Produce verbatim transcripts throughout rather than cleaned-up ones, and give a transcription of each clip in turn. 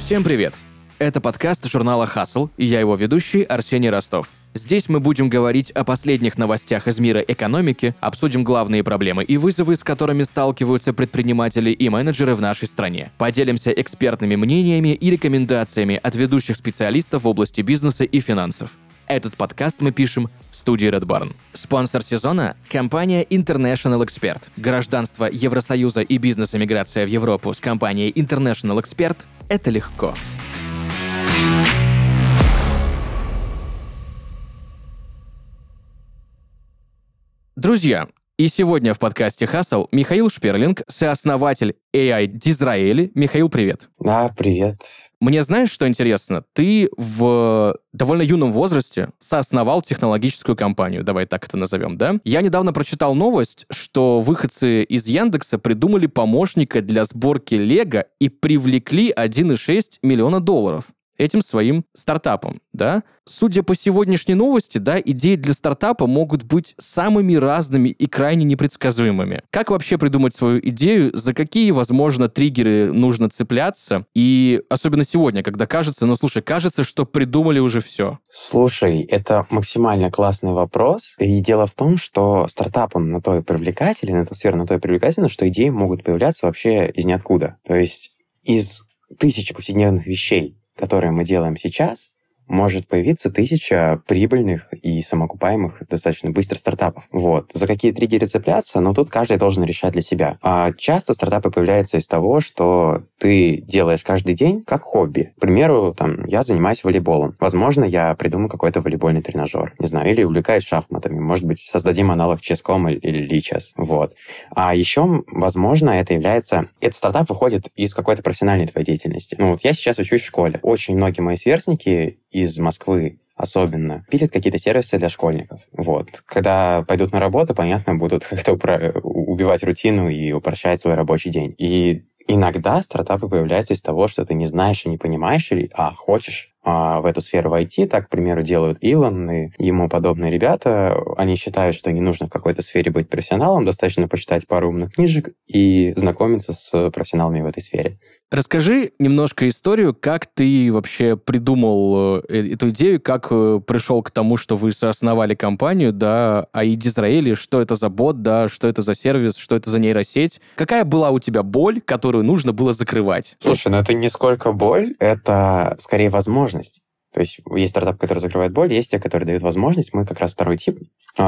Всем привет! Это подкаст журнала Hustle, и я его ведущий Арсений Ростов. Здесь мы будем говорить о последних новостях из мира экономики, обсудим главные проблемы и вызовы, с которыми сталкиваются предприниматели и менеджеры в нашей стране. Поделимся экспертными мнениями и рекомендациями от ведущих специалистов в области бизнеса и финансов. Этот подкаст мы пишем в студии Red Barn. Спонсор сезона – компания International Expert. Гражданство Евросоюза и бизнес-эмиграция в Европу с компанией International Expert – это легко. Друзья, и сегодня в подкасте Hustle Михаил Шперлинг, сооснователь эй ай Дизраэли. Михаил, привет. Да, привет. Мне знаешь, что интересно? Ты в довольно юном возрасте соосновал технологическую компанию, давай так это назовем, да? Я недавно прочитал новость, что выходцы из Яндекса придумали помощника для сборки Лего и привлекли один целых шесть десятых миллиона долларов этим своим стартапом, да? Судя по сегодняшней новости, да, идеи для стартапа могут быть самыми разными и крайне непредсказуемыми. Как вообще придумать свою идею, за какие, возможно, триггеры нужно цепляться? И особенно сегодня, когда кажется, ну, слушай, кажется, что придумали уже все. Слушай, это максимально классный вопрос. И дело в том, что стартап, он на то и привлекателен, эта сфера на то и привлекательна, что идеи могут появляться вообще из ниоткуда. То есть из тысячи повседневных вещей, которые мы делаем сейчас, может появиться тысяча прибыльных и самоокупаемых достаточно быстро стартапов. Вот. За какие триггеры цепляться? Ну, тут каждый должен решать для себя. А часто стартапы появляются из того, что ты делаешь каждый день как хобби. К примеру, там, я занимаюсь волейболом. Возможно, я придумаю какой-то волейбольный тренажер. Не знаю, или увлекаюсь шахматами. Может быть, создадим аналог чес точка ком или Lichess. Вот. А еще, возможно, это является... Этот стартап выходит из какой-то профессиональной твоей деятельности. Ну, вот я сейчас учусь в школе. Очень многие мои сверстники из Москвы особенно пилят какие-то сервисы для школьников. Вот. Когда пойдут на работу, понятно, будут как-то упра- убивать рутину и упрощать свой рабочий день. И иногда стартапы появляются из того, что ты не знаешь и не понимаешь, или а хочешь а, в эту сферу войти. Так, к примеру, делают Илон и ему подобные ребята. Они считают, что не нужно в какой-то сфере быть профессионалом, достаточно почитать пару умных книжек и знакомиться с профессионалами в этой сфере. Расскажи немножко историю, как ты вообще придумал эту идею, как пришел к тому, что вы соосновали компанию, да, эй ай Дизраэли, что это за бот, да, что это за сервис, что это за нейросеть. Какая была у тебя боль, которую нужно было закрывать? Слушай, ну это не сколько боль, это скорее возможность. То есть есть стартап, который закрывает боль, есть те, которые дают возможность. Мы как раз второй тип.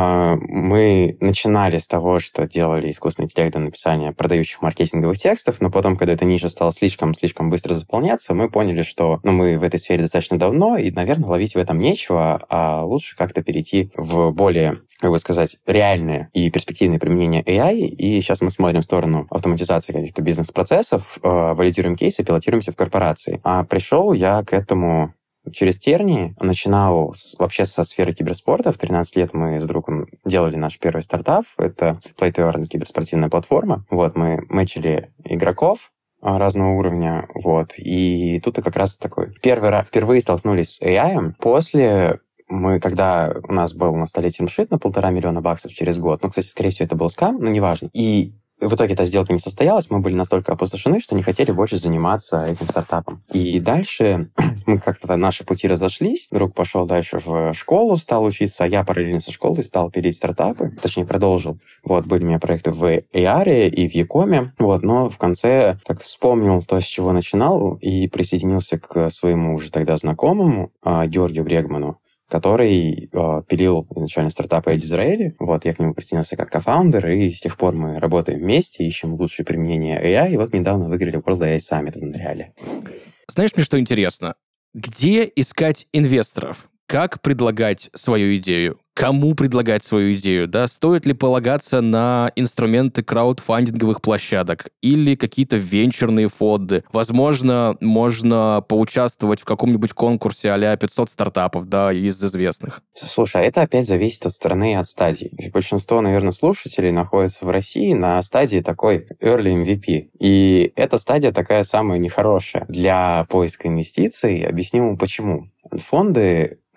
Мы начинали с того, что делали искусственный интеллект для написания продающих маркетинговых текстов, но потом, когда эта ниша стала слишком-слишком быстро заполняться, мы поняли, что ну, мы в этой сфере достаточно давно, и, наверное, ловить в этом нечего, а лучше как-то перейти в более, как бы сказать, реальное и перспективное применение эй ай. И сейчас мы смотрим в сторону автоматизации каких-то бизнес-процессов, валидируем кейсы, пилотируемся в корпорации. А пришел я к этому... через тернии. Начинал с, вообще со сферы киберспорта. В тринадцать лет мы с другом делали наш первый стартап. Это Play to Earn, киберспортивная платформа. Вот, мы мэчили игроков разного уровня. Вот. И тут и как раз такой... Первый раз, впервые столкнулись с эй ай. После... Мы, когда у нас был на столе тимшит на полтора миллиона баксов через год, ну, кстати, скорее всего, это был скам, но неважно. И в итоге эта сделка не состоялась, мы были настолько опустошены, что не хотели больше заниматься этим стартапом. И дальше мы как-то наши пути разошлись. Друг пошел дальше в школу, стал учиться, а я параллельно со школой стал пилить стартапы, точнее, продолжил. Вот, были у меня проекты в эй ар и в Якоме, вот, но в конце так вспомнил то, с чего начинал, и присоединился к своему уже тогда знакомому, Георгию Брегману, который э, пилил изначально стартап эй ай Дизраэли. Вот, я к нему присоединился как кофаундер, и с тех пор мы работаем вместе, ищем лучшие применения эй ай, и вот недавно выиграли World эй ай Summit в Монреале. Знаешь, мне что интересно? Где искать инвесторов? Как предлагать свою идею? Кому предлагать свою идею? Да? Стоит ли полагаться на инструменты краудфандинговых площадок или какие-то венчурные фонды? Возможно, можно поучаствовать в каком-нибудь конкурсе а-ля пятьсот стартапов, да, из известных. Слушай, это опять зависит от страны и от стадии. Большинство, наверное, слушателей находятся в России на стадии такой early эм ви пи. И эта стадия такая самая нехорошая для поиска инвестиций. Объясню почему. Фонды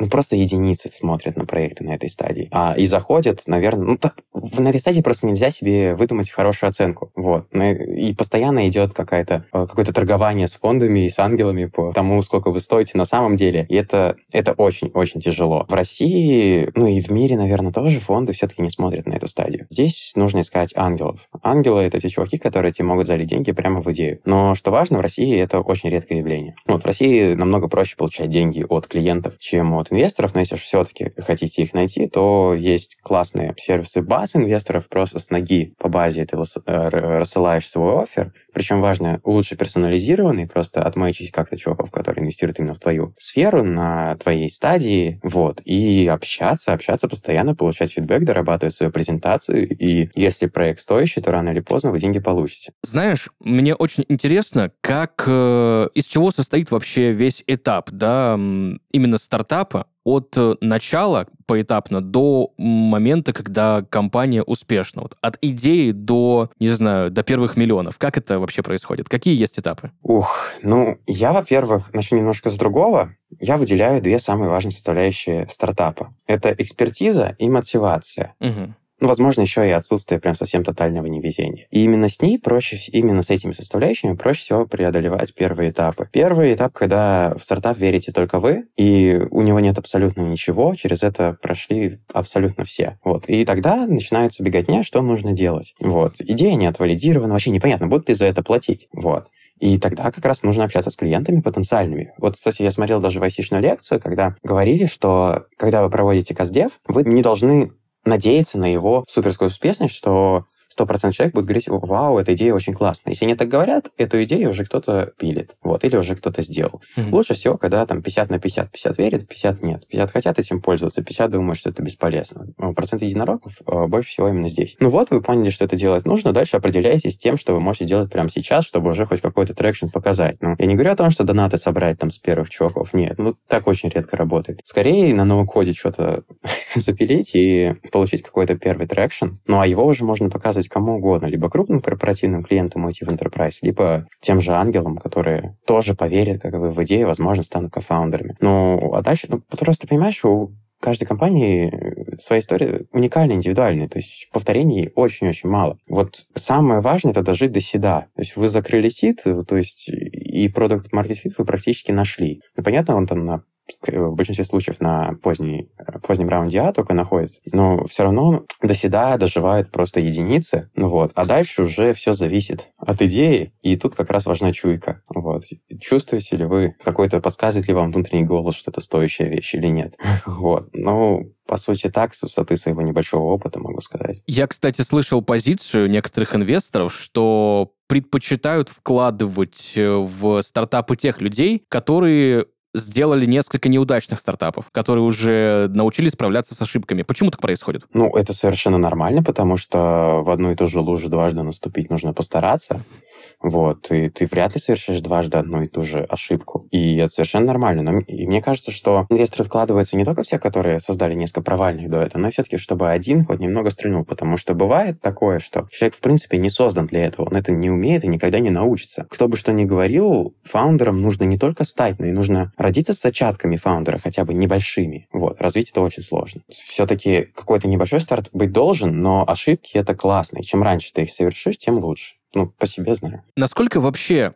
ну, просто единицы смотрят на проекты на этой стадии. А, и заходят, наверное... Ну, так, на этой стадии просто нельзя себе выдумать хорошую оценку. Вот. И постоянно идет какая-то, какое-то торгование с фондами и с ангелами по тому, сколько вы стоите на самом деле. И это, это очень-очень тяжело. В России, ну и в мире, наверное, тоже фонды все-таки не смотрят на эту стадию. Здесь нужно искать ангелов. Ангелы — это те чуваки, которые тебе могут залить деньги прямо в идею. Но что важно, в России это очень редкое явление. Вот в России намного проще получать деньги от клиентов, чем от инвесторов, но если же все-таки хотите их найти, то есть классные сервисы баз инвесторов, просто с ноги по базе ты рассылаешь свой оффер, причем важно, лучше персонализированный, просто отмечить как-то чуваков, которые инвестируют именно в твою сферу, на твоей стадии, вот, и общаться, общаться постоянно, получать фидбэк, дорабатывать свою презентацию, и если проект стоящий, то рано или поздно вы деньги получите. Знаешь, мне очень интересно, как, э, из чего состоит вообще весь этап, да, именно стартапа, от начала поэтапно до момента, когда компания успешна. Вот от идеи до, не знаю, до первых миллионов. Как это вообще происходит? Какие есть этапы? Ух, ну, я, во-первых, начну немножко с другого. Я выделяю две самые важные составляющие стартапа. Это экспертиза и мотивация. Угу. Ну, возможно, еще и отсутствие прям совсем тотального невезения. И именно с ней проще, именно с этими составляющими проще всего преодолевать первые этапы. Первый этап, когда в стартап верите только вы, и у него нет абсолютно ничего, через это прошли абсолютно все. Вот. И тогда начинается беготня, что нужно делать. Вот. Идея не отвалидирована, вообще непонятно, будут ли за это платить. Вот. И тогда как раз нужно общаться с клиентами потенциальными. Вот, кстати, я смотрел даже в ай си-шную лекцию, когда говорили, что когда вы проводите каздев, вы не должны надеяться на его суперскую успешность, что сто процентов человек будет говорить: вау, эта идея очень классная. Если они так говорят, эту идею уже кто-то пилит, вот, или уже кто-то сделал. Mm-hmm. Лучше всего, когда там пятьдесят на пятьдесят, пятьдесят верит, пятьдесят нет. пятьдесят хотят этим пользоваться, пятьдесят думают, что это бесполезно. Процент единорогов э, больше всего именно здесь. Ну вот, вы поняли, что это делать нужно, дальше определяйтесь тем, что вы можете делать прямо сейчас, чтобы уже хоть какой-то трекшн показать. Ну, я не говорю о том, что донаты собрать там с первых чуваков, нет, ну так очень редко работает. Скорее на новом коде что-то запилить и получить какой-то первый трекшн, ну а его уже можно показывать кому угодно, либо крупным корпоративным клиентам уйти в enterprise, либо тем же ангелам, которые тоже поверят как бы в идею, возможно, станут кофаундерами. Ну, а дальше, ну, просто, понимаешь, у каждой компании своя история уникальная, индивидуальная, то есть повторений очень-очень мало. Вот самое важное — это дожить до сида. То есть вы закрыли сид, то есть и продукт market fit вы практически нашли. Ну, понятно, он там на в большинстве случаев на поздней, позднем раунде А только находится, но все равно до седа доживают просто единицы, ну вот, а дальше уже все зависит от идеи, и тут как раз важна чуйка, вот. Чувствуете ли вы, какой-то подсказывает ли вам внутренний голос, что это стоящая вещь или нет, вот, ну, по сути, так, с высоты своего небольшого опыта могу сказать. Я, кстати, слышал позицию некоторых инвесторов, что предпочитают вкладывать в стартапы тех людей, которые сделали несколько неудачных стартапов, которые уже научились справляться с ошибками. Почему так происходит? Ну, это совершенно нормально, потому что в одну и ту же лужу дважды наступить нужно постараться. Вот, и ты вряд ли совершишь дважды одну и ту же ошибку. И это совершенно нормально. Но и мне кажется, что инвесторы вкладываются не только в те, которые создали несколько провальных до этого, но и все-таки, чтобы один хоть немного стрельнул. Потому что бывает такое, что человек, в принципе, не создан для этого. Он это не умеет и никогда не научится. Кто бы что ни говорил, фаундерам нужно не только стать, но и нужно родиться с зачатками фаундера, хотя бы небольшими. Вот, развить это очень сложно. Все-таки какой-то небольшой старт быть должен, но ошибки — это классно. И чем раньше ты их совершишь, тем лучше. Ну, по себе знаю. Насколько вообще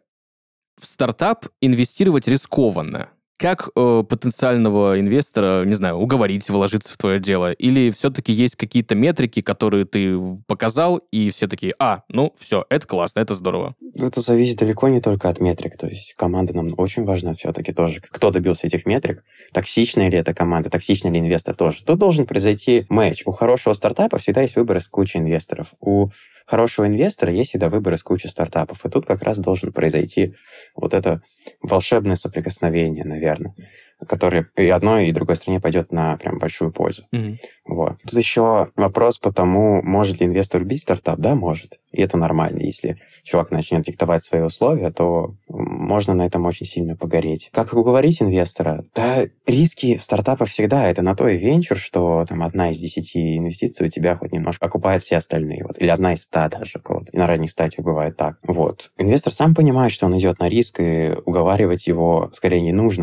в стартап инвестировать рискованно? Как э, потенциального инвестора, не знаю, уговорить вложиться в твое дело? Или все-таки есть какие-то метрики, которые ты показал, и все такие: а, ну, все, это классно, это здорово? Это зависит далеко не только от метрик. То есть команда нам очень важна все-таки тоже. Кто добился этих метрик? Токсичная ли эта команда? Токсичный ли инвестор тоже? Тут должен произойти матч. У хорошего стартапа всегда есть выбор из кучи инвесторов. У хорошего инвестора есть всегда выбор из кучи стартапов. И тут как раз должен произойти вот это волшебное соприкосновение, наверное, которое и одной, и другой стране пойдет на прям большую пользу. Mm-hmm. Вот. Тут еще вопрос по тому, может ли инвестор убить стартап? Да, может. И это нормально. Если чувак начнет диктовать свои условия, то можно на этом очень сильно погореть. Как уговорить инвестора? Да, риски в стартапах всегда. Это на то и венчур, что там одна из десяти инвестиций у тебя хоть немножко окупает все остальные. Вот. Или одна из ста даже. Вот. И на ранних стадиях бывает так. Вот. Инвестор сам понимает, что он идет на риск, и уговаривать его скорее не нужно.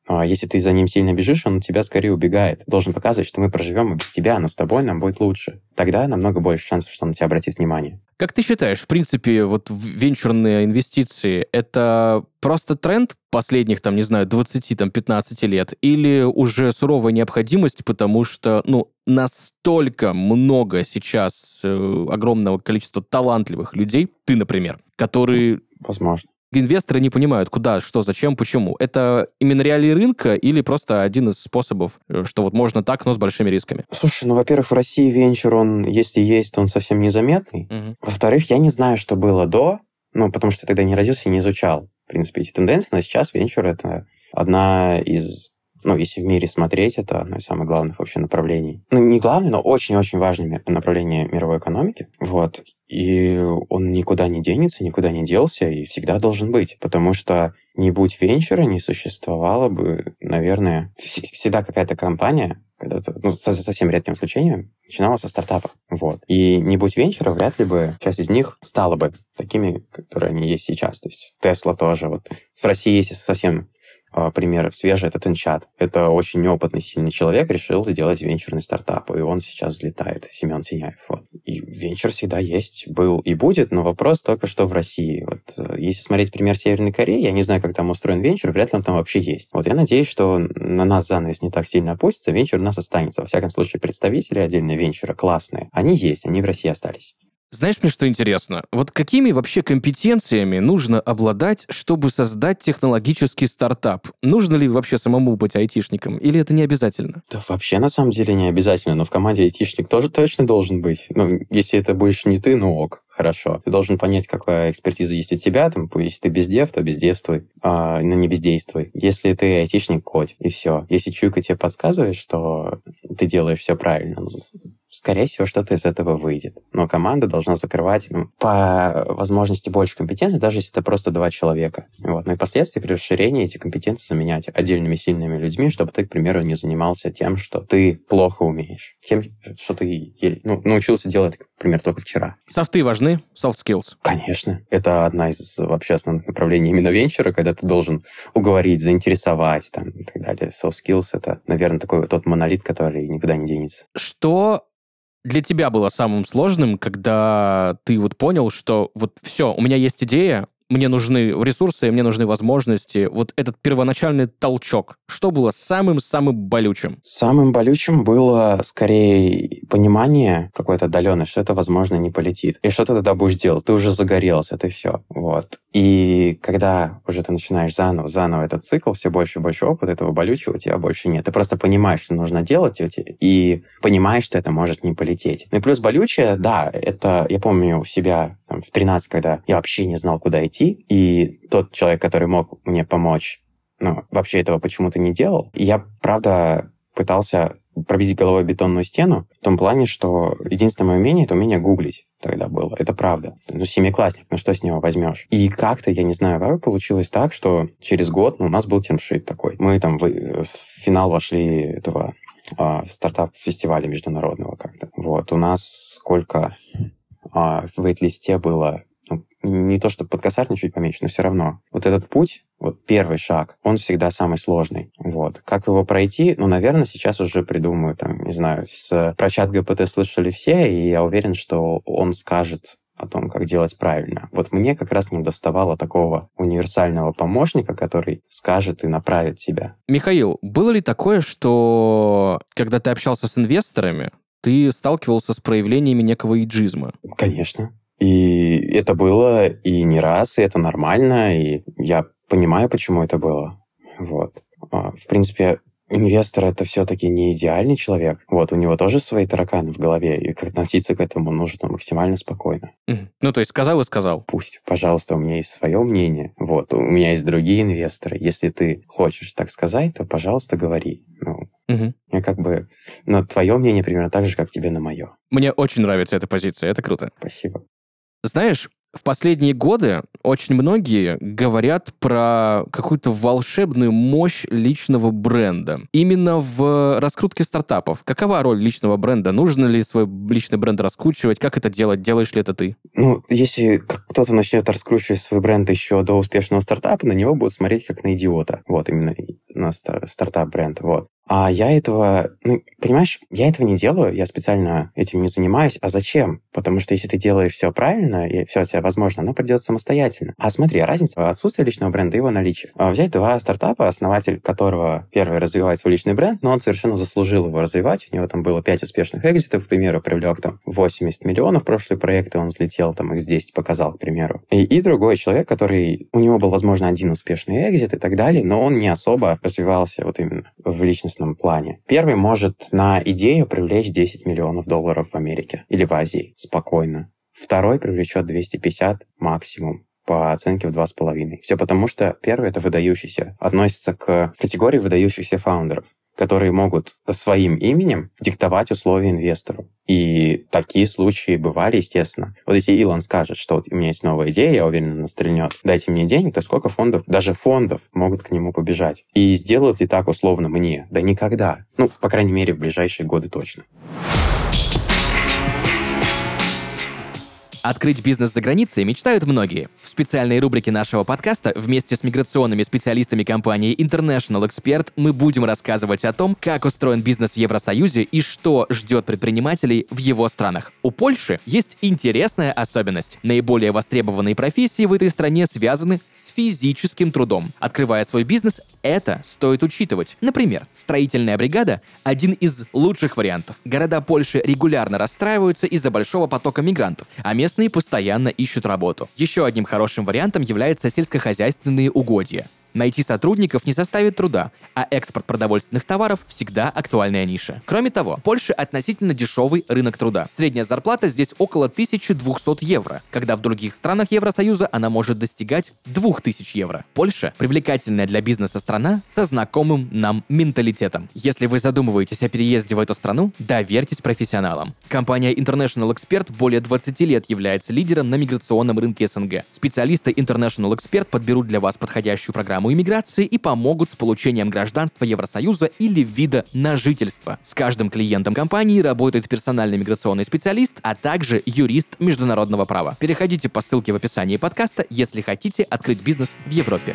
Если ты за ним сильно бежишь, он от тебя скорее убегает. Ты должен показывать, что мы проживем и без тебя, но с тобой нам будет лучше. Тогда намного больше шансов, что он на тебя обратит внимание. Как ты считаешь, в принципе, вот венчурные инвестиции — это просто тренд последних, там, не знаю, двадцати-пятнадцати лет, или уже суровая необходимость, потому что, ну, настолько много сейчас э, огромного количества талантливых людей, ты, например, которые... Возможно. Инвесторы не понимают, куда, что, зачем, почему. Это именно реалии рынка или просто один из способов, что вот можно так, но с большими рисками? Слушай, ну, во-первых, в России венчур, он, если есть, то он совсем незаметный. Угу. Во-вторых, я не знаю, что было до, ну, потому что тогда не родился и не изучал, в принципе, эти тенденции, но сейчас венчур — это одна из... Ну, если в мире смотреть, это одно из самых главных вообще направлений. Ну, не главное, но очень-очень важное направление мировой экономики. Вот. И он никуда не денется, никуда не делся и всегда должен быть. Потому что не будь венчура, не существовало бы, наверное, всегда какая-то компания, когда-то, ну, со совсем редким исключением, начинала со стартапа. Вот. И не будь венчура, вряд ли бы часть из них стала бы такими, которые они есть сейчас. То есть Tesla тоже. Вот. В России есть совсем... пример свежий, это Тенчат. Это очень опытный, сильный человек, решил сделать венчурный стартап, и он сейчас взлетает, Семен Синяев. Вот. И венчур всегда есть, был и будет, но вопрос только что в России. Вот, если смотреть пример Северной Кореи, я не знаю, как там устроен венчур, вряд ли он там вообще есть. Вот я надеюсь, что на нас занавес не так сильно опустится, венчур у нас останется. Во всяком случае, представители отдельно венчура классные. Они есть, они в России остались. Знаешь, мне что интересно? Вот какими вообще компетенциями нужно обладать, чтобы создать технологический стартап? Нужно ли вообще самому быть айтишником, или это не обязательно? Да вообще, на самом деле, не обязательно, но в команде айтишник тоже точно должен быть. Ну, если это будешь не ты, ну ок, хорошо. Ты должен понять, какая экспертиза есть у тебя, там, если ты бездев, то бездевствуй, а, ну, не бездействуй. Если ты айтишник, кодь, и все. Если чуйка тебе подсказывает, что ты делаешь все правильно, ну, скорее всего, что-то из этого выйдет. Но команда должна закрывать, ну, по возможности больше компетенций, даже если это просто два человека. Вот. Но и впоследствии при расширении эти компетенции заменять отдельными сильными людьми, чтобы ты, к примеру, не занимался тем, что ты плохо умеешь. Тем, что ты ну, научился делать, к примеру, только вчера. Софты важны? Soft skills? Конечно. Это одна из вообще основных направлений именно венчура, когда ты должен уговорить, заинтересовать там, и так далее. Soft skills — это, наверное, такой тот монолит, который никуда не денется. Что для тебя было самым сложным, когда ты вот понял, что вот все, у меня есть идея, мне нужны ресурсы, мне нужны возможности. Вот этот первоначальный толчок. Что было самым-самым болючим? Самым болючим было, скорее, понимание какое-то отдаленное, что это, возможно, не полетит. И что ты тогда будешь делать? Ты уже загорелся, это все. Вот. И когда уже ты начинаешь заново, заново этот цикл, все больше и больше опыта, этого болючего у тебя больше нет. Ты просто понимаешь, что нужно делать, и понимаешь, что это может не полететь. Ну и плюс болючее, да, это, я помню себя там, в тринадцать, когда я вообще не знал, куда идти, и тот человек, который мог мне помочь, ну, вообще этого почему-то не делал. И я, правда, пытался пробить головой бетонную стену в том плане, что единственное мое умение — это умение гуглить тогда было. Это правда. Ну, семиклассник, ну что с него возьмешь? И как-то, я не знаю, как получилось так, что через год ну, у нас был термшит такой. Мы там в, в финал вошли этого а, стартап-фестиваля международного как-то. Вот. У нас сколько а, в вейт-листе было... Не то, чтобы подкосарь чуть поменьше, но все равно. Вот этот путь, вот первый шаг, он всегда самый сложный. Вот. Как его пройти? Ну, наверное, сейчас уже придумаю, там, не знаю, с, про чат джи пи ти слышали все, и я уверен, что он скажет о том, как делать правильно. Вот мне как раз не доставало такого универсального помощника, который скажет и направит тебя. Михаил, было ли такое, что когда ты общался с инвесторами, ты сталкивался с проявлениями некого иджизма? Конечно. И это было и не раз, и это нормально, и я понимаю, почему это было. Вот. В принципе, инвестор — это все-таки не идеальный человек. Вот, у него тоже свои тараканы в голове, и как относиться к этому нужно максимально спокойно. Mm. Ну, то есть сказал и сказал. Пусть, пожалуйста, у меня есть свое мнение. Вот, у меня есть другие инвесторы. Если ты хочешь так сказать, то, пожалуйста, говори. Ну, угу. Я как бы... Но твое мнение примерно так же, как тебе на мое. Мне очень нравится эта позиция, это круто. Спасибо. Знаешь, В последние годы очень многие говорят про какую-то волшебную мощь личного бренда. Именно в раскрутке стартапов. Какова роль личного бренда? Нужно ли свой личный бренд раскручивать? Как это делать? Делаешь ли это ты? Ну, если кто-то начнет раскручивать свой бренд еще до успешного стартапа, на него будут смотреть как на идиота. Вот, именно на стартап-бренд. Вот. А я этого, ну, понимаешь, я этого не делаю, я специально этим не занимаюсь. А зачем? Потому что если ты делаешь все правильно, и все у тебя возможно, оно придет самостоятельно. А смотри, разница в отсутствии личного бренда и его наличия. Взять два стартапа, основатель которого первый развивает свой личный бренд, но он совершенно заслужил его развивать. У него там было пять успешных экзитов, к примеру, привлек там восемьдесят миллионов. Прошлые проекты он взлетел, там икс десять показал, к примеру. И, и другой человек, который, у него был, возможно, один успешный экзит и так далее, но он не особо развивался вот именно в личностном плане. Первый может на идею привлечь десять миллионов долларов в Америке или в Азии спокойно. Второй привлечет двести пятьдесят максимум по оценке в два с половиной. Все потому, что первый — это выдающийся, относится к категории выдающихся фаундеров, которые могут своим именем диктовать условия инвестору. И такие случаи бывали, естественно. Вот если Илон скажет, что вот у меня есть новая идея, я уверен, она стрельнет, дайте мне денег, то сколько фондов, даже фондов, могут к нему побежать. И сделают ли так условно мне? Да никогда. Ну, по крайней мере, в ближайшие годы точно. Открыть бизнес за границей мечтают многие. В специальной рубрике нашего подкаста вместе с миграционными специалистами компании International Expert мы будем рассказывать о том, как устроен бизнес в Евросоюзе и что ждет предпринимателей в его странах. У Польши есть интересная особенность. Наиболее востребованные профессии в этой стране связаны с физическим трудом. Открывая свой бизнес, это стоит учитывать. Например, строительная бригада – один из лучших вариантов. Города Польши регулярно расстраиваются из-за большого потока мигрантов, а местные постоянно ищут работу. Еще одним хорошим вариантом являются сельскохозяйственные угодья. Найти сотрудников не составит труда, а экспорт продовольственных товаров всегда актуальная ниша. Кроме того, Польша относительно дешевый рынок труда. Средняя зарплата здесь около тысяча двести евро, когда в других странах Евросоюза она может достигать две тысячи евро. Польша – привлекательная для бизнеса страна со знакомым нам менталитетом. Если вы задумываетесь о переезде в эту страну, доверьтесь профессионалам. Компания International Expert более двадцати лет является лидером на миграционном рынке СНГ. Специалисты International Expert подберут для вас подходящую программу иммиграции и помогут с получением гражданства Евросоюза или вида на жительство. С каждым клиентом компании работает персональный миграционный специалист, а также юрист международного права. Переходите по ссылке в описании подкаста, если хотите открыть бизнес в Европе.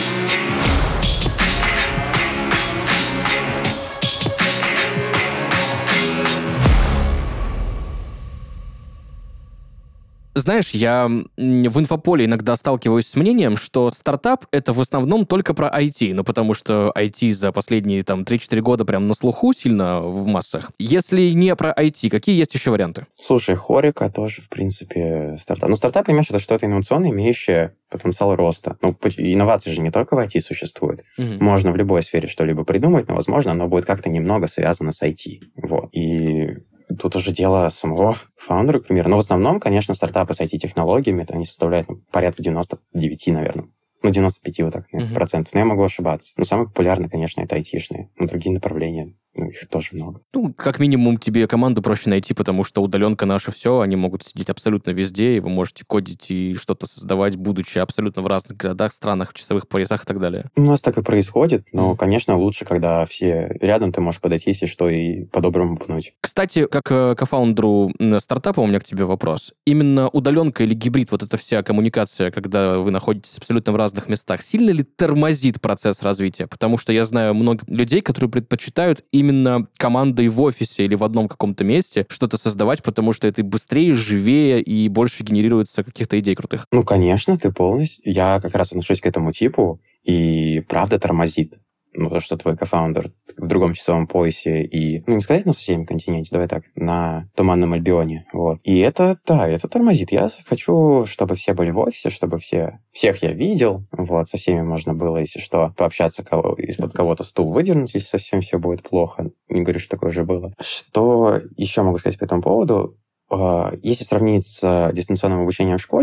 Знаешь, я в инфополе иногда сталкиваюсь с мнением, что стартап — это в основном только про ай ти, ну потому что ай ти за последние там три-четыре года прям на слуху сильно в массах. Если не про ай ти, какие есть еще варианты? Слушай, Хорика тоже, в принципе, стартап. Ну, стартап, понимаешь, это что-то инновационное, имеющее потенциал роста. Ну, инновации же не только в ай ти существуют. Угу. Можно в любой сфере что-либо придумать, но, возможно, оно будет как-то немного связано с ай ти. Вот. И тут уже дело самого фаундера, к примеру. Но в основном, конечно, стартапы с ай ти-технологиями, это они составляют ну, порядка девяносто девять, наверное. Ну, девяносто пять вот так, наверное, uh-huh. процентов. Но я могу ошибаться. Но самые популярные, конечно, это айтишные. Но другие направления, ну, их тоже много. Ну, как минимум, тебе команду проще найти, потому что удаленка наше все, они могут сидеть абсолютно везде, и вы можете кодить и что-то создавать, будучи абсолютно в разных городах, странах, часовых поясах и так далее. У нас так и происходит, но, uh-huh. конечно, лучше, когда все рядом, ты можешь подойти, если что, и по-доброму пнуть. Кстати, как э, кофаундеру стартапа у меня к тебе вопрос. Именно удаленка или гибрид, вот эта вся коммуникация, когда вы находитесь абсолютно в разных местах, сильно ли тормозит процесс развития? Потому что я знаю много людей, которые предпочитают именно командой в офисе или в одном каком-то месте что-то создавать, потому что это быстрее, живее и больше генерируется каких-то идей крутых. Ну, конечно, ты полностью... Я как раз отношусь к этому типу, и правда тормозит. Ну, то, что твой кофаундер в другом часовом поясе и, ну, не сказать на соседнем континенте, давай так, на Туманном Альбионе, вот. И это, да, это тормозит. Я хочу, чтобы все были в офисе, чтобы все, всех я видел, вот, со всеми можно было, если что, пообщаться, кого, из-под кого-то стул выдернуть, если совсем все будет плохо. Не говорю, что такое уже было. Что еще могу сказать по этому поводу? Если сравнить с дистанционным обучением в школе,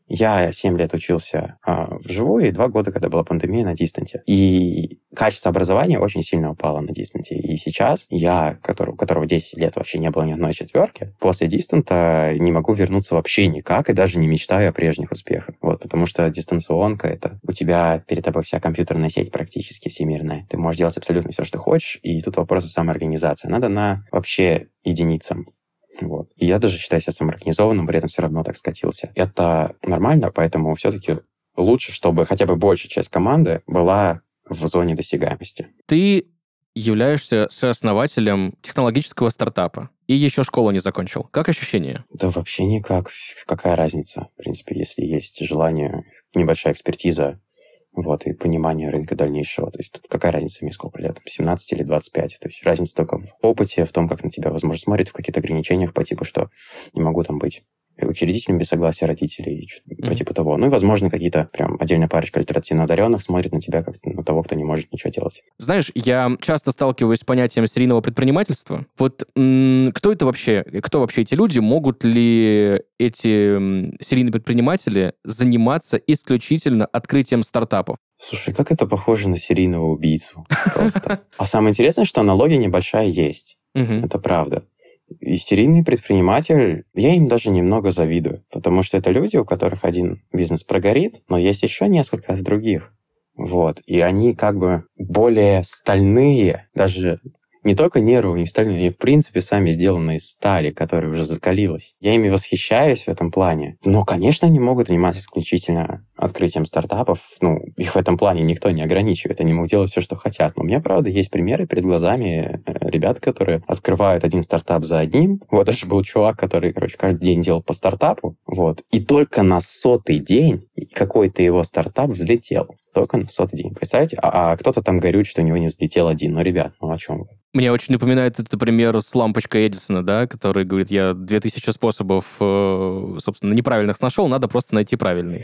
Я семь лет учился а, вживую, и два года, когда была пандемия, на дистанте. И качество образования очень сильно упало на дистанте. И сейчас я, который, у которого десять лет вообще не было ни одной четверки, после дистанта не могу вернуться вообще никак, и даже не мечтаю о прежних успехах. Вот, потому что дистанционка — это у тебя перед тобой вся компьютерная сеть практически всемирная. Ты можешь делать абсолютно все, что хочешь, и тут вопрос самоорганизации. Надо на вообще единицам. Вот. И я даже считаю себя самоорганизованным, при этом все равно так скатился. Это нормально, поэтому все-таки лучше, чтобы хотя бы большая часть команды была в зоне досягаемости. Ты являешься сооснователем технологического стартапа и еще школу не закончил. Как ощущения? Да вообще никак. Какая разница? В принципе, если есть желание, небольшая экспертиза, вот, и понимание рынка дальнейшего. То есть тут какая разница мне сколько лет? семнадцать или двадцать пять? То есть разница только в опыте, в том, как на тебя, возможно, смотрят, в каких-то ограничениях по типу, что не могу там быть учредителем без согласия родителей, mm-hmm. по типу того. Ну и, возможно, какие-то прям отдельная парочка альтернативно одаренных смотрит на тебя как на того, кто не может ничего делать. Знаешь, я часто сталкиваюсь с понятием серийного предпринимательства. Вот м- кто это вообще? Кто вообще эти люди? Могут ли эти м- серийные предприниматели заниматься исключительно открытием стартапов? Слушай, как это похоже на серийного убийцу просто. А самое интересное, что аналогия небольшая есть. Это правда. И серийный предприниматель, я им даже немного завидую, потому что это люди, у которых один бизнес прогорит, но есть еще несколько других. Вот. И они как бы более стальные, даже не только нервы, не стальные, они в принципе сами сделаны из стали, которая уже закалилась. Я ими восхищаюсь в этом плане. Но, конечно, они могут заниматься исключительно открытием стартапов. Ну, их в этом плане никто не ограничивает. Они могут делать все, что хотят. Но у меня, правда, есть примеры перед глазами ребят, которые открывают один стартап за одним. Вот даже был чувак, который, короче, каждый день делал по стартапу. Вот. И только на сотый день какой-то его стартап взлетел. Только на сотый день. Представляете? А, а кто-то там горюет, что у него не взлетел один. Ну, ребят, ну о чем вы? Мне очень напоминает это пример с лампочкой Эдисона, да, который говорит, я две тысячи способов, собственно, неправильных нашел, надо просто найти правильный.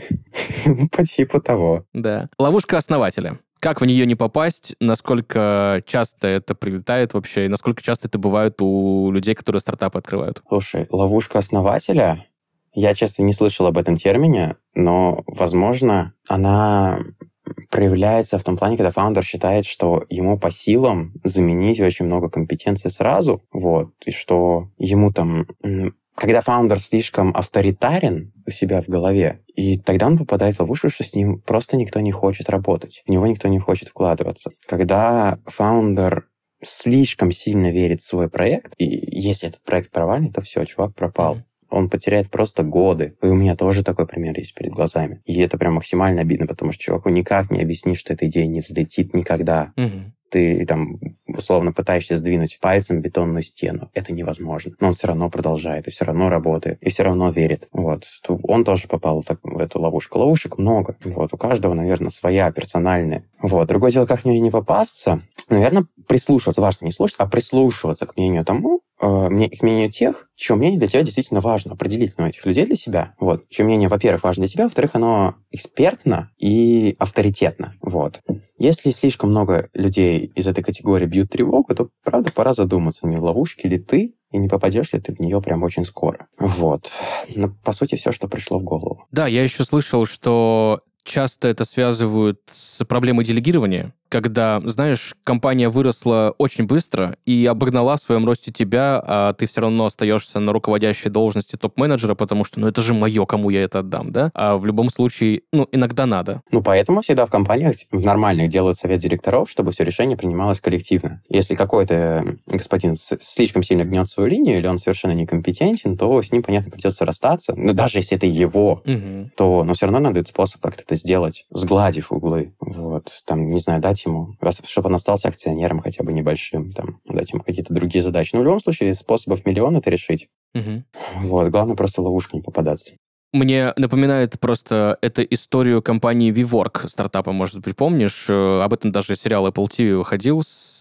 По типу того. Да. Ловушка основателя. Как в нее не попасть? Насколько часто это прилетает вообще? И насколько часто это бывает у людей, которые стартапы открывают? Слушай, ловушка основателя... Я, честно, не слышал об этом термине, но, возможно, она проявляется в том плане, когда фаундер считает, что ему по силам заменить очень много компетенций сразу, вот, и что ему там... Когда фаундер слишком авторитарен у себя в голове, и тогда он попадает в ловушку, что с ним просто никто не хочет работать, в него никто не хочет вкладываться. Когда фаундер слишком сильно верит в свой проект, и если этот проект провальный, то все, чувак пропал. Он потеряет просто годы. И у меня тоже такой пример есть перед глазами. И это прям максимально обидно, потому что чуваку никак не объяснишь, что эта идея не взлетит никогда. Угу. Ты там условно пытаешься сдвинуть пальцем бетонную стену. Это невозможно. Но он все равно продолжает, и все равно работает, и все равно верит. Вот. Он тоже попал так, в эту ловушку. Ловушек много. Вот. У каждого, наверное, своя персональная. Вот. Другое дело, как в нее не попасться. Наверное, прислушиваться. Важно не слушать, а прислушиваться к мнению тому, э, к мнению тех, чье мнение для тебя действительно важно. Определить ну, этих людей для себя. Вот. Чье мнение, во-первых, важно для тебя, во-вторых, оно экспертно и авторитетно. Вот. Если слишком много людей из этой категории бьют тревогу, то, правда, пора задуматься, не в ловушке ли ты, и не попадешь ли ты в нее прям очень скоро. Вот. Но, по сути, все, что пришло в голову. Да, я еще слышал, что часто это связывают с проблемой делегирования, когда, знаешь, компания выросла очень быстро и обогнала в своем росте тебя, а ты все равно остаешься на руководящей должности топ-менеджера, потому что, ну, это же мое, кому я это отдам, да? А в любом случае, ну, иногда надо. Ну, поэтому всегда в компаниях, в нормальных, делают совет директоров, чтобы все решение принималось коллективно. Если какой-то господин слишком сильно гнет свою линию, или он совершенно некомпетентен, то с ним, понятно, придется расстаться. Но даже если это его, угу. то, но все равно надо способ как-то это сделать, сгладив углы. Вот. Там, не знаю, дать ему, чтобы он остался акционером хотя бы небольшим, там, дать ему какие-то другие задачи. Но в любом случае способов миллион это решить. Угу. Вот. Главное просто в ловушку не попадаться. Мне напоминает просто эту историю компании WeWork, стартапа, может быть, помнишь? Об этом даже сериал Apple ти ви выходил с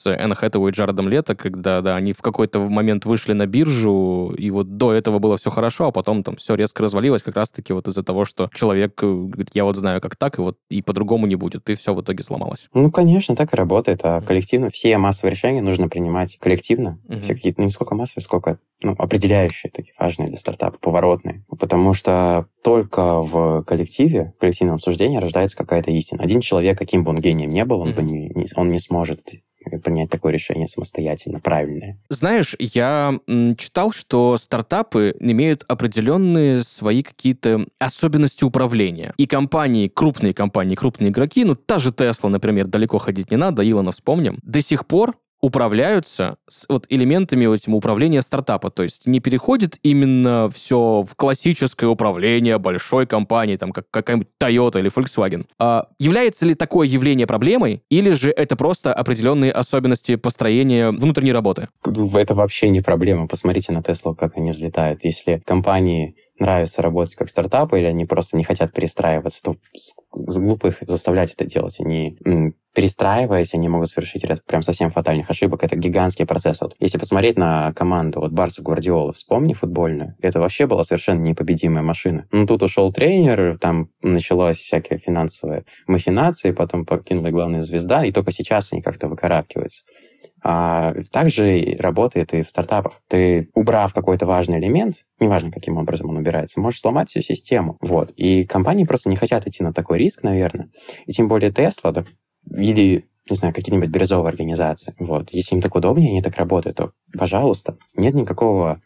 с Энн Хэтэуэй и Джаредом Лето, когда, да, они в какой-то момент вышли на биржу, и вот до этого было все хорошо, а потом там все резко развалилось как раз-таки вот из-за того, что человек говорит, я вот знаю, как так, и вот и по-другому не будет, и все в итоге сломалось. Ну, конечно, так и работает, а коллективно все массовые решения нужно принимать коллективно, mm-hmm. все какие-то, ну, не сколько массовые, сколько, ну, определяющие, такие важные для стартапа, поворотные, потому что только в коллективе, в коллективном обсуждении рождается какая-то истина. Один человек, каким бы он гением не был, он, mm-hmm. бы не, не, он не сможет принять такое решение самостоятельно, правильное. Знаешь, я м, читал, что стартапы имеют определенные свои какие-то особенности управления. И компании, крупные компании, крупные игроки, ну, та же Tesla, например, далеко ходить не надо, Илона вспомним, до сих пор управляются с вот элементами этим управления стартапа. То есть не переходит именно все в классическое управление большой компании, там, как какая-нибудь Toyota или Volkswagen. А является ли такое явление проблемой, или же это просто определенные особенности построения внутренней работы? Это вообще не проблема. Посмотрите на Tesla, как они взлетают. Если компании нравится работать как стартапы, или они просто не хотят перестраиваться, то глупо их заставлять это делать. Они, перестраиваясь, они могут совершить ряд прям совсем фатальных ошибок. Это гигантский процесс. Вот, если посмотреть на команду вот Барса Гвардиолы, вспомни футбольную, это вообще была совершенно непобедимая машина. Ну, тут ушел тренер, там началось всякие финансовые махинации, потом покинула главная звезда, и только сейчас они как-то выкарабкиваются. А также работает и в стартапах. Ты, убрав какой-то важный элемент, неважно, каким образом он убирается, можешь сломать всю систему. Вот. И компании просто не хотят идти на такой риск, наверное. И тем более Tesla, да, или, не знаю, какие-нибудь бирюзовые организации. Вот. Если им так удобнее, они так работают, то, пожалуйста, нет никакого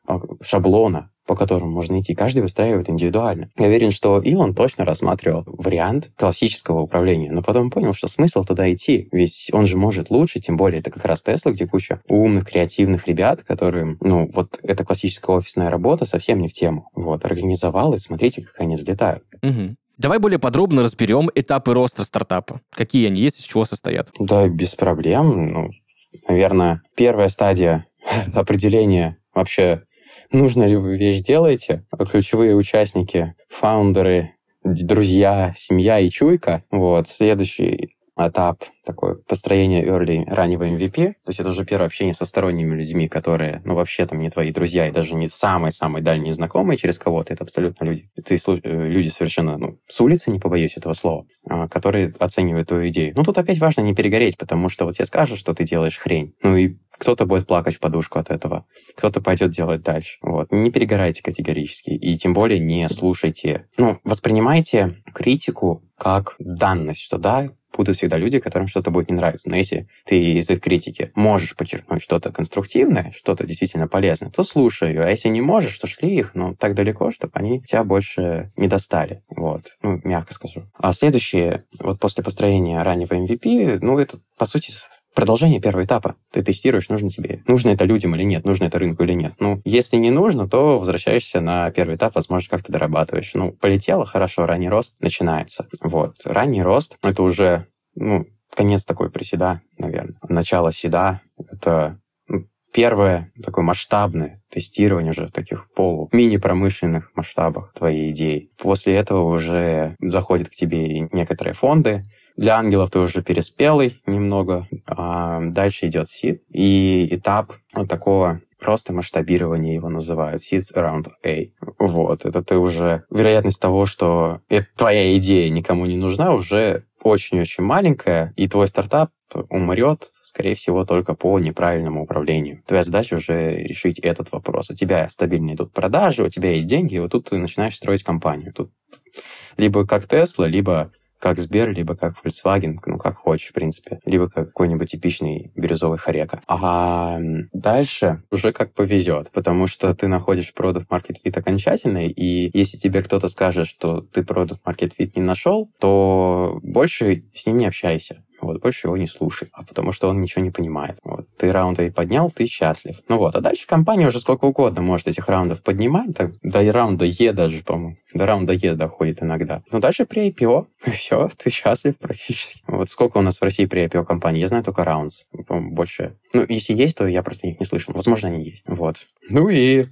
шаблона, по которому можно идти. Каждый выстраивает индивидуально. Я уверен, что Илон точно рассматривал вариант классического управления, но потом понял, что смысл туда идти, ведь он же может лучше, тем более это как раз Тесла, где куча умных, креативных ребят, которые, ну, вот эта классическая офисная работа совсем не в тему. Вот, организовал, и смотрите, как они взлетают. Угу. Давай более подробно разберем этапы роста стартапа. Какие они есть, из чего состоят? Да, без проблем. Ну, наверное, первая стадия определения вообще, нужно ли вы вещь делаете. Ключевые участники, фаундеры, друзья, семья и чуйка. Вот. Следующий этап такое построение early, раннего эм ви пи. То есть это уже первое общение со сторонними людьми, которые, ну, вообще там не твои друзья и даже не самые-самые дальние знакомые через кого-то. Это абсолютно люди. Ты, люди совершенно, ну, с улицы, не побоюсь этого слова, которые оценивают твою идею. Ну, тут опять важно не перегореть, потому что вот тебе скажут, что ты делаешь хрень. Ну, и кто-то будет плакать в подушку от этого, кто-то пойдет делать дальше. Вот. Не перегорайте категорически. И тем более не слушайте. Ну, воспринимайте критику как данность, что да, будут всегда люди, которым что-то будет не нравиться. Но если ты из их критики можешь подчеркнуть что-то конструктивное, что-то действительно полезное, то слушай ее. А если не можешь, то шли их, ну, так далеко, чтобы они тебя больше не достали. Вот. Ну, мягко скажу. А следующее, вот после построения раннего эм ви пи, ну, это, по сути, продолжение первого этапа. Ты тестируешь, нужно тебе, нужно это людям или нет, нужно это рынку или нет. Ну, если не нужно, то возвращаешься на первый этап, возможно, как-то дорабатываешь. Ну, полетело, хорошо, ранний рост начинается. Вот. Ранний рост, это уже, ну, конец такой приседа, наверное. Начало седа, это ну, первое такое масштабное тестирование уже в таких полу-мини-промышленных масштабах твоей идеи. После этого уже заходят к тебе некоторые фонды. Для ангелов ты уже переспелый немного. А дальше идет сид. И этап вот такого просто масштабирования его называют. Seed Round A. Вот. Это ты уже... Вероятность того, что это твоя идея никому не нужна, уже очень-очень маленькая. И твой стартап умрет, скорее всего, только по неправильному управлению. Твоя задача уже решить этот вопрос. У тебя стабильно идут продажи, у тебя есть деньги, и вот тут ты начинаешь строить компанию. Тут либо как Tesla, либо как Сбер, либо как Volkswagen, ну, как хочешь, в принципе. Либо как какой-нибудь типичный бирюзовый хорека. А дальше уже как повезет, потому что ты находишь product market fit окончательный, и если тебе кто-то скажет, что ты product market fit не нашел, то больше с ним не общайся. Вот, больше его не слушай, а потому что он ничего не понимает. Вот, ты раунд A поднял, ты счастлив. Ну вот, а дальше компания уже сколько угодно может этих раундов поднимать, так, до раунда Е даже, по-моему, до раунда Е доходит иногда. Но дальше при ай пи о, и все, ты счастлив практически. Вот сколько у нас в России при ай пи о компаний? Я знаю только Rounds, по-моему, больше. Ну, если есть, то я просто их не слышал. Возможно, они есть. Вот. Ну и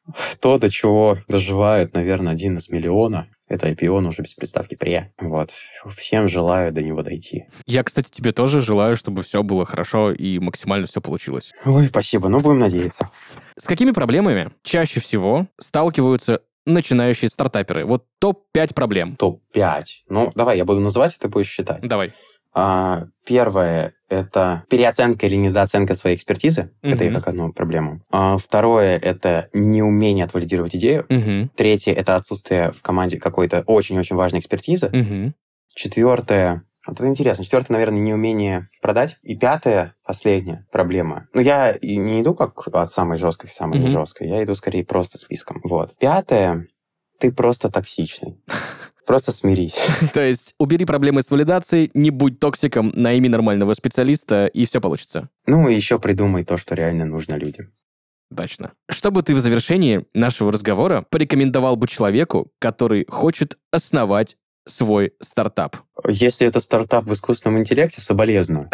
то, до чего доживает, наверное, один из миллиона. Это ай пи о, но уже без приставки «пре». Вот. Всем желаю до него дойти. Я, кстати, тебе тоже желаю, чтобы все было хорошо и максимально все получилось. Ой, спасибо. Ну, будем надеяться. С какими проблемами чаще всего сталкиваются начинающие стартаперы? Вот топ пять проблем. топ пять. Ну, давай, я буду называть, а ты будешь считать. Давай. А, первое — это переоценка или недооценка своей экспертизы. Мгм. Это я как одну проблему. А, второе — это неумение отвалидировать идею. Мгм. Третье — это отсутствие в команде какой-то очень-очень важной экспертизы. Мгм. Четвертое — вот это интересно. Четвертое, наверное, неумение продать. И пятое, последняя проблема. Ну, я и не иду как от самой жесткой к самой Мгм. жесткой. Я иду скорее просто списком. Вот. Пятое — ты просто токсичный. Просто смирись. То есть убери проблемы с валидацией, не будь токсиком, найми нормального специалиста, и все получится. Ну, и еще придумай то, что реально нужно людям. Точно. Что бы ты в завершении нашего разговора порекомендовал бы человеку, который хочет основать свой стартап? Если это стартап в искусственном интеллекте, соболезную.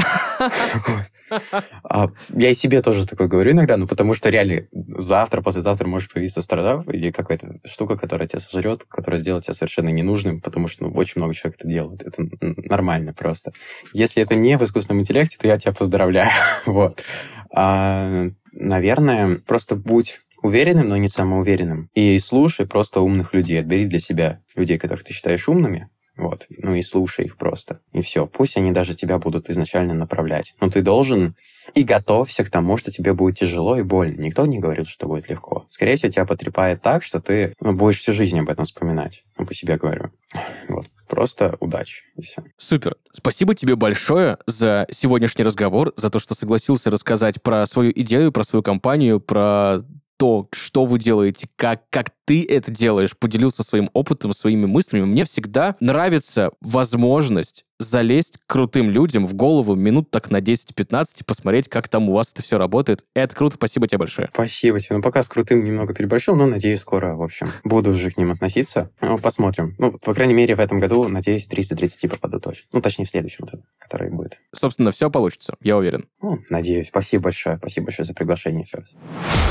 А я и себе тоже такое говорю иногда, ну потому что реально завтра, послезавтра может появиться стартап или какая-то штука, которая тебя сожрет, которая сделает тебя совершенно ненужным, потому что ну, очень много человек это делает. Это нормально просто. Если это не в искусственном интеллекте, то я тебя поздравляю. Вот. А, наверное, просто будь уверенным, но не самоуверенным. И слушай просто умных людей. Отбери для себя людей, которых ты считаешь умными. Вот. Ну и слушай их просто. И все. Пусть они даже тебя будут изначально направлять. Но ты должен и готовься к тому, что тебе будет тяжело и больно. Никто не говорит, что будет легко. Скорее всего, тебя потрепает так, что ты ну, будешь всю жизнь об этом вспоминать. Ну, по себе говорю. Вот. Просто удачи. И все. Супер. Спасибо тебе большое за сегодняшний разговор, за то, что согласился рассказать про свою идею, про свою компанию, про то, что вы делаете, как, как ты это делаешь, поделился своим опытом, своими мыслями. Мне всегда нравится возможность залезть к крутым людям в голову минут так на десять-пятнадцать и посмотреть, как там у вас это все работает. Это круто, спасибо тебе большое. Спасибо тебе. Ну, пока с крутым немного переборщил, но, надеюсь, скоро, в общем, буду уже к ним относиться. Ну, посмотрим. Ну, по крайней мере, в этом году, надеюсь, триста тридцать попаду точно. Ну, точнее, в следующем, который будет. Собственно, все получится, я уверен. Ну, надеюсь. Спасибо большое. Спасибо большое за приглашение еще раз.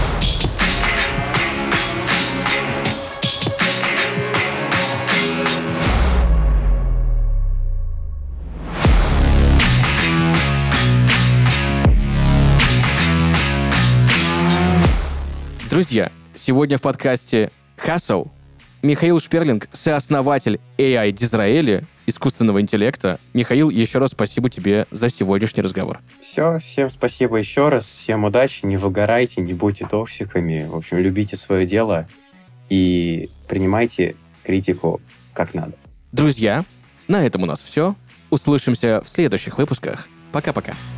Друзья, сегодня в подкасте Hustle Михаил Шперлинг, сооснователь эй ай Дизраэли, искусственного интеллекта. Михаил, еще раз спасибо тебе за сегодняшний разговор. Все, всем спасибо еще раз, всем удачи, не выгорайте, не будьте токсиками, в общем, любите свое дело и принимайте критику как надо. Друзья, на этом у нас все. Услышимся в следующих выпусках. Пока-пока.